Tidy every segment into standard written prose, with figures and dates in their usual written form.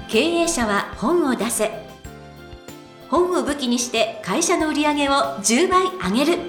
経営者は本を出せ。本を武器にして会社の売り上げを10倍上げる。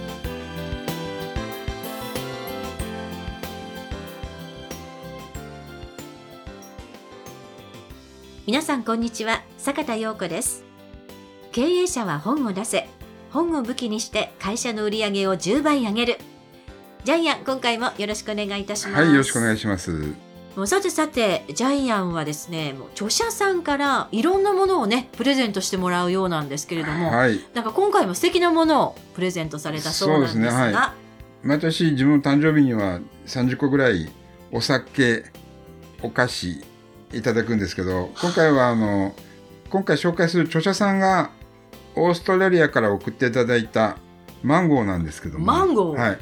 皆さんこんにちは、坂田陽子です。経営者は本を出せ。本を武器にして会社の売り上げを10倍上げる。ジャイアン、今回もよろしくお願いいたします。 はい、よろしくお願いします。 さて、ジャイアンはですね、もう著者さんからいろんなものをね、プレゼントしてもらうようなんですけれども、 はい、 なんか今回も素敵なものをプレゼントされたそうなんですが。そうですね、はい。 毎年自分の誕生日には30個ぐらいお酒、お菓子いただくんですけど、今回は今回紹介する著者さんがオーストラリアから送っていただいたマンゴーなんですけども。 マンゴー、 はい。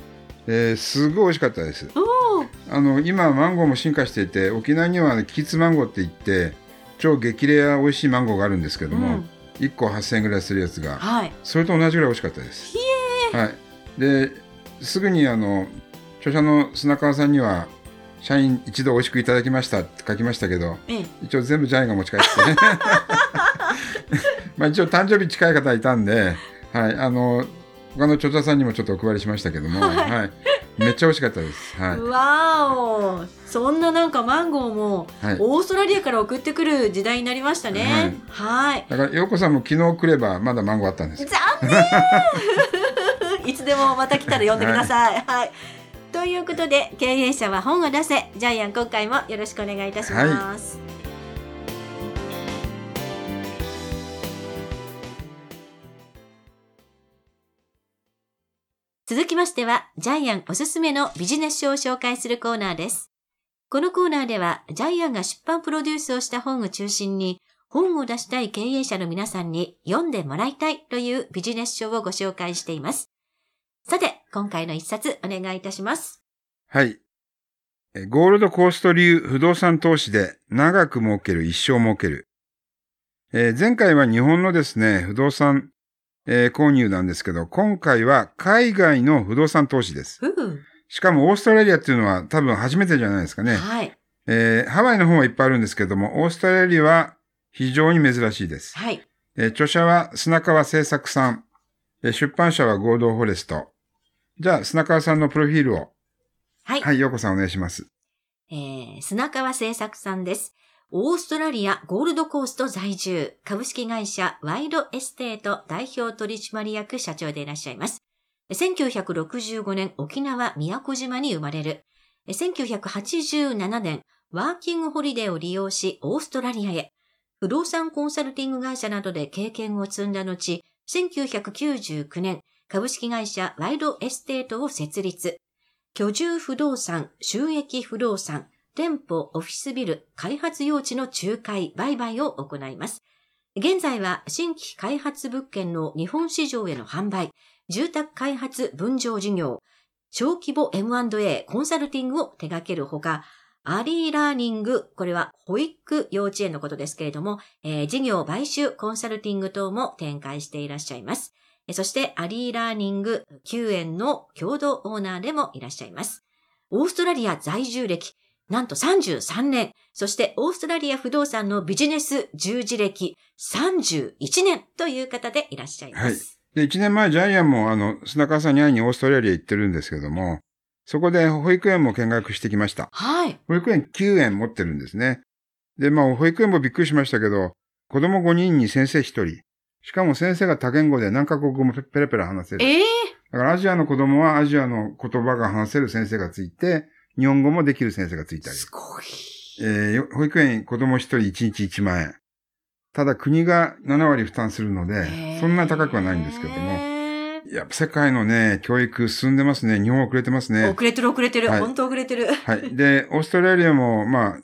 すごい美味しかったです。今マンゴーも進化していて、沖縄にはキーツマンゴーって言って超激レア美味しいマンゴーがあるんですけども、1個8000円ぐらいするやつが、はい、それと同じぐらい美味しかったです。はい。ですぐに著者の砂川さんには社員一度美味しくいただきましたって書きましたけど、一応全部ジャイアンが持ち帰って一応誕生日近い方いたんで、はい、他の著者さんにもちょっとお配りしましたけども、はい、めっちゃ美味しかったです。はい、 わーお、そんななんかマンゴーもオーストラリアから送ってくる時代になりましたね。はい。 だから陽子さんも昨日来ればまだマンゴーあったんです。 残念いつでもまた来たら呼んでください。はい。ということで、経営者は本を出せ。ジャイアン、今回もよろしくお願いいたします。続きましては、ジャイアンおすすめのビジネス書を紹介するコーナーです。このコーナーでは、ジャイアンが出版プロデュースをした本を中心に、本を出したい経営者の皆さんに読んでもらいたいというビジネス書をご紹介しています。さて、今回の一冊お願いいたします。 はい。ゴールドコースト流不動産投資で長く儲ける、一生儲ける。前回は日本のですね、不動産購入なんですけど、今回は海外の不動産投資です。しかもオーストラリアっていうのは多分初めてじゃないですかね。 はい。 ハワイの方はいっぱいあるんですけども、オーストラリアは非常に珍しいです。 はい。 著者は砂川製作さん。出版社は合同フォレスト。じゃあ、砂川さんのプロフィールを。 はい。 はい、陽子さんお願いします。 砂川製作さんです。オーストラリアゴールドコースト在住、株式会社ワイドエステート代表取締役社長でいらっしゃいます。1965年沖縄宮古島に生まれる。1987年ワーキングホリデーを利用しオーストラリアへ。不動産コンサルティング会社などで経験を積んだ後、1999年株式会社ワイドエステートを設立。居住不動産、収益不動産、店舗、オフィスビル、開発用地の仲介、売買を行います。現在は新規開発物件の日本市場への販売、住宅開発分譲事業、小規模 M&A コンサルティングを手掛けるほか、アリーラーニング、これは保育幼稚園のことですけれども、事業買収コンサルティング等も展開していらっしゃいます。そしてアリーラーニング9園の共同オーナーでもいらっしゃいます。オーストラリア在住歴、なんと33年、そしてオーストラリア不動産のビジネス従事歴31年という方でいらっしゃいます。 はい。で、1年前ジャイアンも砂川さんに会いにオーストラリア行ってるんですけども、そこで保育園も見学してきました。 はい。 保育園9園持ってるんですね。で、保育園もびっくりしましたけど、子供5人に先生1人。しかも先生が多言語で何カ国語もペラペラ話せる。だからアジアの子供はアジアの言葉が話せる先生がついて、日本語もできる先生がついたり。 すごい。 保育園子供1人1日1万円。ただ国が7割負担するので、そんなに高くはないんですけども。やっぱ世界のね、教育進んでますね。日本遅れてますね。 遅れてる。はい、本当遅れてる。 はい。で、オーストラリアも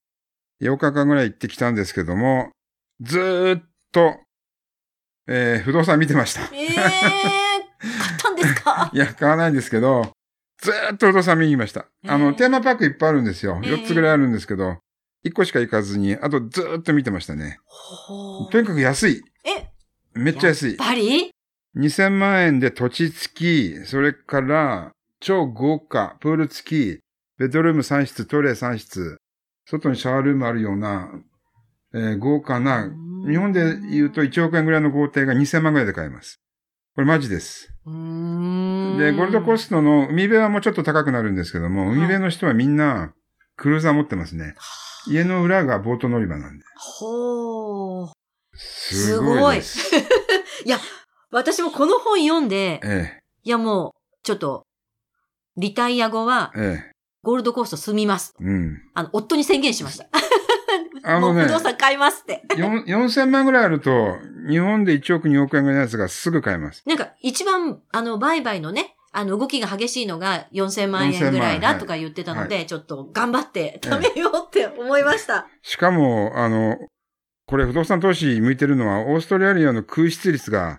8日間ぐらい行ってきたんですけども、ずーっと、不動産見てました。 買ったんですか？ いや、買わないんですけど、ずーっと不動産見に行きました。テーマパークいっぱいあるんですよ。4つぐらいあるんですけど、1個しか行かずに、あとずーっと見てましたね。とにかく安い。めっちゃ安い。 やっぱり ?2000 万円で土地付き、それから超豪華、プール付き、ベッドルーム3室、トイレ3室、外にシャワールームあるような、 豪華な、日本で言うと1億円ぐらいの豪邸が2000万ぐらいで買えます。これマジです。で、ゴールドコーストの海辺はもうちょっと高くなるんですけども、海辺の人はみんなクルーザー持ってますね。家の裏がボート乗り場なんで。 ほー。 すごいです。 いや、私もこの本読んで、いやもう、ちょっと、リタイア後は、ゴールドコースト住みます。夫に宣言しました。もう不動産買いますって。 4000万ぐらいあると、日本で1億2億円ぐらいのやつがすぐ買えます。 なんか、一番、売買のね、動きが激しいのが4000万円ぐらいだとか言ってたので、ちょっと頑張って貯めようって思いました。 しかも、これ不動産投資向いてるのは、オーストラリアの空室率が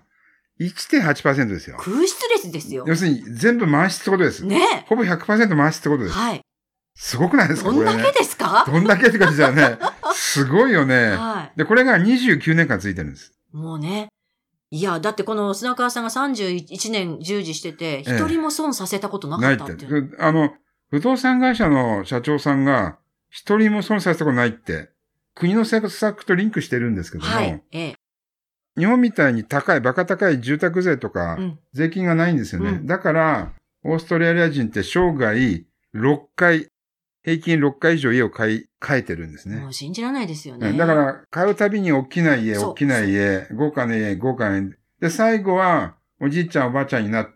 1.8% ですよ。 空室率ですよ。 要するに全部満室ってことです。 ね。 ほぼ 100% 満室ってことです。 はい。 すごくないですか？ どんだけですか？ どんだけって感じだよね。すごいよね。はい。で、これが29年間ついてるんです。 もうね。いや、だってこの砂川さんが31年従事してて、一人も損させたことなかったっていう。 ないって。不動産会社の社長さんが、一人も損させたことないって、国の政策とリンクしてるんですけども、はい。日本みたいにバカ高い住宅税とか、税金がないんですよね。だから、オーストラリア人って生涯6回、平均6回以上家を買えてるんですね。 もう信じられないですよね。 だから、買うたびに大きな家、大きな家、豪華な家、豪華な家。で、最後は、おじいちゃんおばあちゃんになって、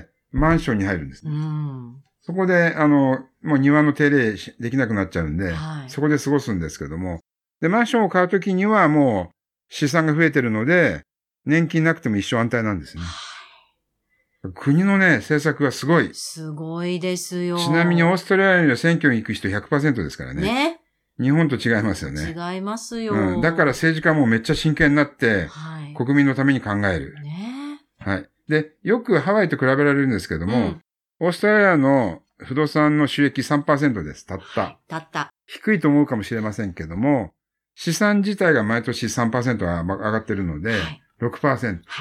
マンションに入るんですね。そこで、もう庭の手入れできなくなっちゃうんで、はい、そこで過ごすんですけども。で、マンションを買うときにはもう、資産が増えてるので、年金なくても一生安泰なんですね。国のね、政策がすごい。 すごいですよ。 ちなみにオーストラリアには選挙に行く人 100% ですからね。ね。日本と違いますよね。 違いますよ。 だから政治家もめっちゃ真剣になって、はい、国民のために考える。 ね。 はい。で、よくハワイと比べられるんですけども、オーストラリアの不動産の収益 3% です。たった。 たった。 低いと思うかもしれませんけども、資産自体が毎年 3% 上がってるので、はい、6%。はい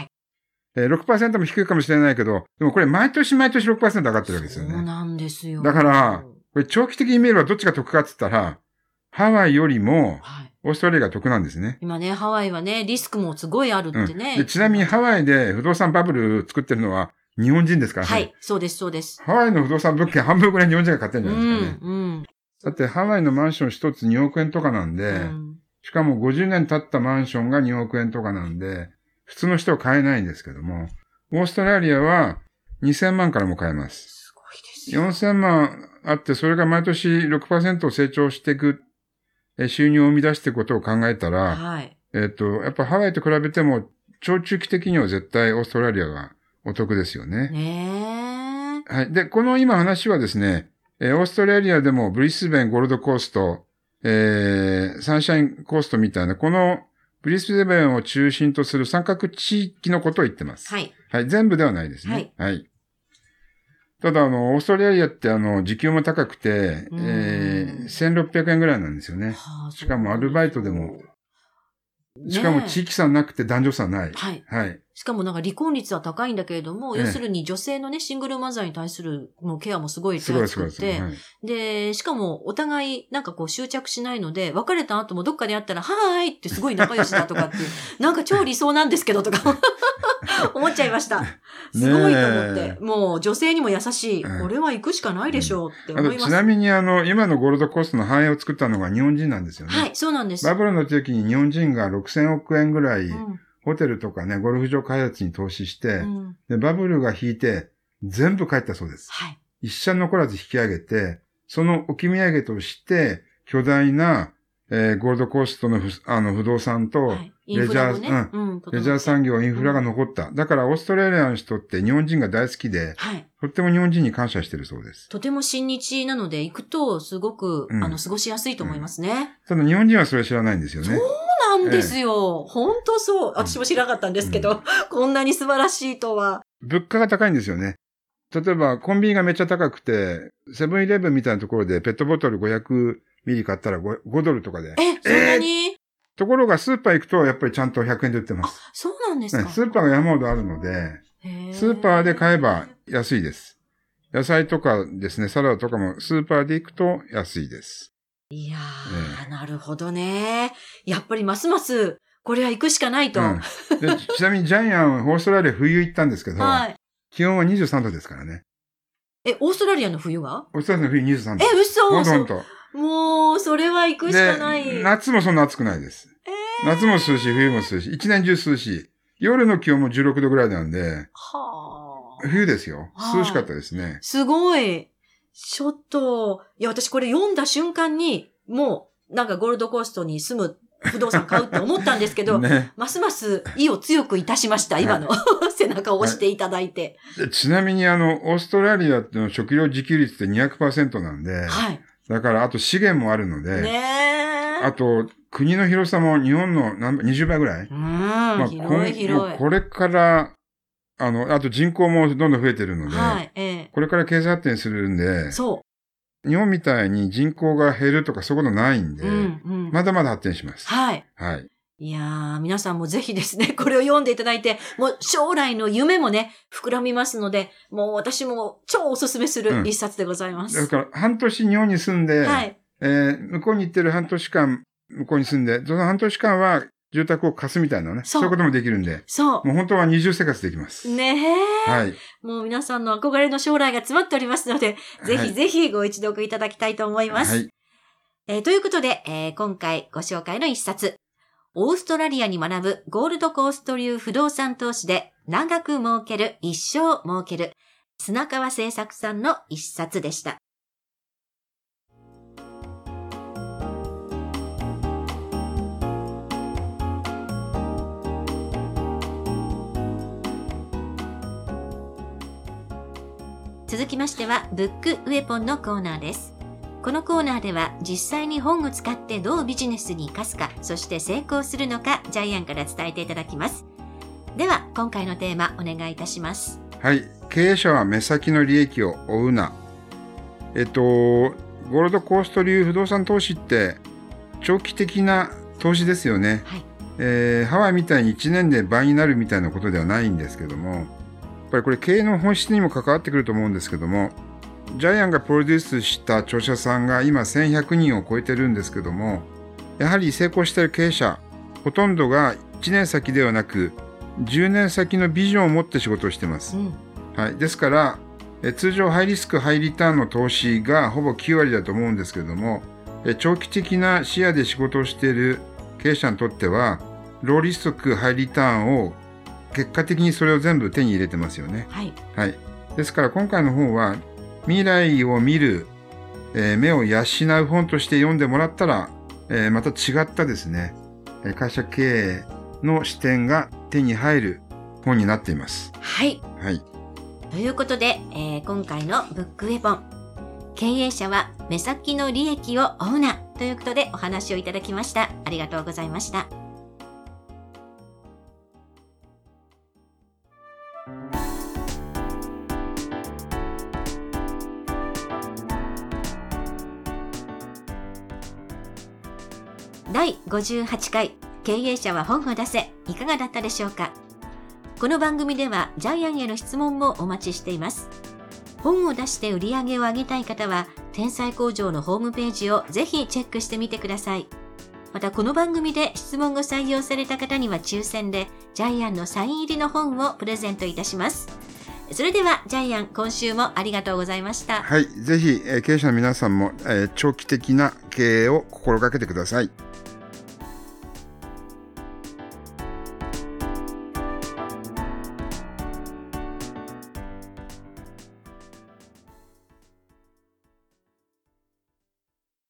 。6% も低いかもしれないけど、でもこれ毎年毎年 6% 上がってるわけですよね。 そうなんですよ。 だから、これ長期的に見ればどっちが得かって言ったら、ハワイよりも、オーストラリアが得なんですね。 今ね、ハワイはね、リスクもすごいあるってね。 でちなみにハワイで不動産バブル作ってるのは日本人ですからね。 はい、そうです、そうです。 ハワイの不動産物件半分ぐらい日本人が買ってるんじゃないですかね。だってハワイのマンション一つ2億円とかなんで、しかも50年経ったマンションが2億円とかなんで、普通の人は買えないんですけども、オーストラリアは2000万からも買えます。 すごいですよ。 4000万あって、それが毎年 6% 成長していく、収入を生み出していくことを考えたら、はい。やっぱハワイと比べても、長中期的には絶対オーストラリアがお得ですよね。 ねはい。で、この今話はですね、オーストラリアでもブリスベン、ゴールドコースト、サンシャインコーストみたいな、このブリスベンを中心とする三角地域のことを言ってます。 はい。 はい。全部ではないですね。はい。はい。ただ、オーストラリアって、時給も高くて、1600円ぐらいなんですよね。はあ、しかもアルバイトでも、しかも地域差なくて男女差ない。 はい。 はい。 しかもなんか離婚率は高いんだけれども、要するに女性のね、シングルマザーに対するもうケアもすごい手厚くて、はい、で、しかもお互いなんかこう執着しないので、別れた後もどっかで会ったら、はーいってすごい仲良しだとかっていう、なんか超理想なんですけどとか思っちゃいました。すごいと思って、もう女性にも優しい、これは行くしかないでしょうって思います。 ちなみに今のゴールドコーストの繁栄を作ったのが日本人なんですよね。 はい、そうなんです。 バブルの時に日本人が6000億円ぐらい、ホテルとかね、ゴルフ場開発に投資して、で、バブルが引いて、全部帰ったそうです。はい。一社残らず引き上げて、その置き土産として、巨大な、ゴールドコーストの不動産と、レジャー、レジャー産業、インフラが残った。だから、オーストラリアの人って日本人が大好きで、はい。とっても日本人に感謝してるそうです。 とても親日なので、行くと、すごく、過ごしやすいと思いますね。 ただ、日本人はそれ知らないんですよね。 そうなんですよ。本当そう。私も知らなかったんですけど、こんなに素晴らしいとは。 物価が高いんですよね。例えば、コンビニがめっちゃ高くて、セブンイレブンみたいなところでペットボトル500ミリ買ったら 5ドルとかで。 そんなにところがスーパー行くとやっぱりちゃんと100円で売ってます。 あ、そうなんですか。 スーパーが山ほどあるので、スーパーで買えば安いです。野菜とかですね、サラダとかもスーパーで行くと安いです。 いやー、なるほどね。やっぱりますますこれは行くしかないと。 でちなみにジャイアン、オーストラリア冬行ったんですけど、 はい、 気温は23度ですからね。 オーストラリアの冬は？ オーストラリアの冬23度。 嘘？ ほんと。 もう、それは行くしかない。 夏もそんな暑くないです。夏も涼しい、冬も涼しい。一年中涼しい。夜の気温も16度ぐらいなんで、冬ですよ。涼しかったですね。 すごい。ちょっと、いや、私これ読んだ瞬間に、もう、なんかゴールドコーストに住む不動産買うって思ったんですけど、ね、ますます意を強くいたしました、今の。背中を押していただいて。 ちなみにオーストラリアの食料自給率って 200% なんで、 はい。 だから、あと資源もあるので、 ねあと、国の広さも日本の20倍ぐらい。 広い。 これから、あと人口もどんどん増えてるので、 はい、 これから経済発展するんで、日本みたいに人口が減るとかそういうことないんで、まだまだ発展します。 はい。 はい。 いやー、皆さんもぜひですね、これを読んでいただいて、もう将来の夢もね、膨らみますので、もう私も超おすすめする一冊でございます。 だから半年日本に住んで、はい。向こうに行ってる半年間、向こうに住んで、その半年間は住宅を貸すみたいなね。そういうこともできるんで。もう本当は二重生活できます。 ねえ。はい。もう皆さんの憧れの将来が詰まっておりますので、ぜひぜひご一読いただきたいと思います。はい。ということで、今回ご紹介の一冊。オーストラリアに学ぶゴールドコースト流不動産投資で長く儲ける、一生儲ける。砂川製作さんの一冊でした。続きましては、ブックウェポンのコーナーです。このコーナーでは実際に本を使ってどうビジネスに生かすか、そして成功するのか、ジャイアンから伝えていただきます。では、今回のテーマお願いいたします。 はい。経営者は目先の利益を追うな。ゴールドコースト流不動産投資って長期的な投資ですよね。はい。ハワイみたいに1年で倍になるみたいなことではないんですけども、やっぱりこれ経営の本質にも関わってくると思うんですけども、ジャイアンがプロデュースした著者さんが今1100人を超えてるんですけども、やはり成功している経営者、ほとんどが1年先ではなく10年先のビジョンを持って仕事をしています。はい。ですから、通常ハイリスクハイリターンの投資がほぼ9割だと思うんですけども、長期的な視野で仕事をしている経営者にとっては、ローリスクハイリターンを結果的にそれを全部手に入れてますよね。はい。はい。ですから今回の本は未来を見る、目を養う本として読んでもらったら、また違ったですね、会社経営の視点が手に入る本になっています。 はい。はい。ということで、今回のブックウェポン、経営者は目先の利益を追うなということでお話をいただきました。ありがとうございました。第58回経営者は本を出せ、いかがだったでしょうか。この番組ではジャイアンへの質問もお待ちしています。本を出して売り上げを上げたい方は天才工場のホームページをぜひチェックしてみてください。またこの番組で質問を採用された方には抽選でジャイアンのサイン入りの本をプレゼントいたします。それではジャイアン、今週もありがとうございました。 はい、ぜひ経営者の皆さんも長期的な経営を心がけてください。